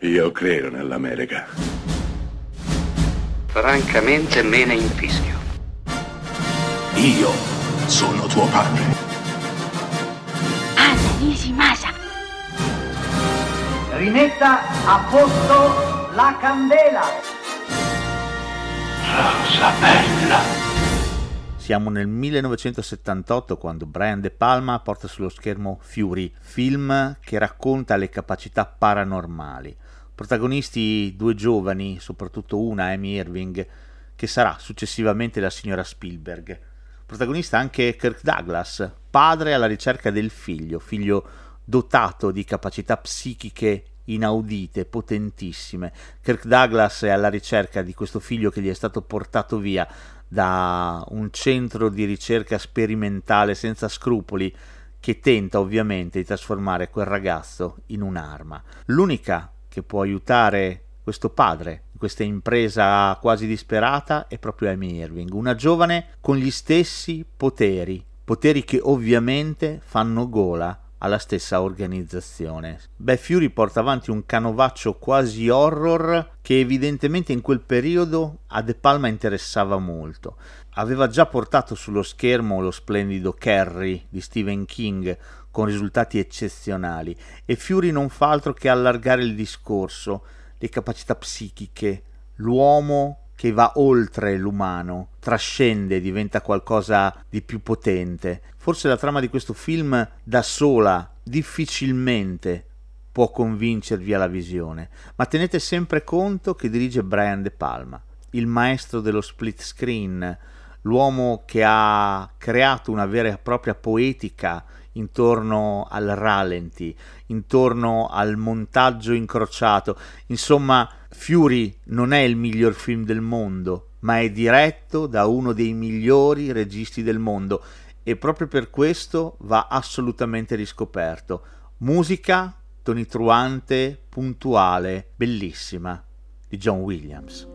Io credo nell'America. Francamente me ne infischio. Io sono tuo padre. Anna Nishimasa. Rimetta a posto la candela. Rosa bella. Siamo nel 1978 quando Brian De Palma porta sullo schermo Fury, film che racconta le capacità paranormali. Protagonisti due giovani, soprattutto una, Amy Irving, che sarà successivamente la signora Spielberg. Protagonista anche Kirk Douglas, padre alla ricerca del figlio dotato di capacità psichiche inaudite, potentissime. Kirk Douglas è alla ricerca di questo figlio che gli è stato portato via da un centro di ricerca sperimentale senza scrupoli che tenta ovviamente di trasformare quel ragazzo in un'arma. L'unica che può aiutare questo padre in questa impresa quasi disperata è proprio Amy Irving, una giovane con gli stessi poteri che ovviamente fanno gola alla stessa organizzazione. Fury porta avanti un canovaccio quasi horror che evidentemente in quel periodo a De Palma interessava molto. Aveva già portato sullo schermo lo splendido Carrie di Stephen King con risultati eccezionali e Fury non fa altro che allargare il discorso, le capacità psichiche, l'uomo che va oltre l'umano, trascende, diventa qualcosa di più potente. Forse la trama di questo film da sola difficilmente può convincervi alla visione, ma tenete sempre conto che dirige Brian De Palma, il maestro dello split screen, l'uomo che ha creato una vera e propria poetica intorno al rallenti, intorno al montaggio incrociato. Insomma, Fury non è il miglior film del mondo, ma è diretto da uno dei migliori registi del mondo e proprio per questo va assolutamente riscoperto. Musica tonitruante, puntuale, bellissima, di John Williams.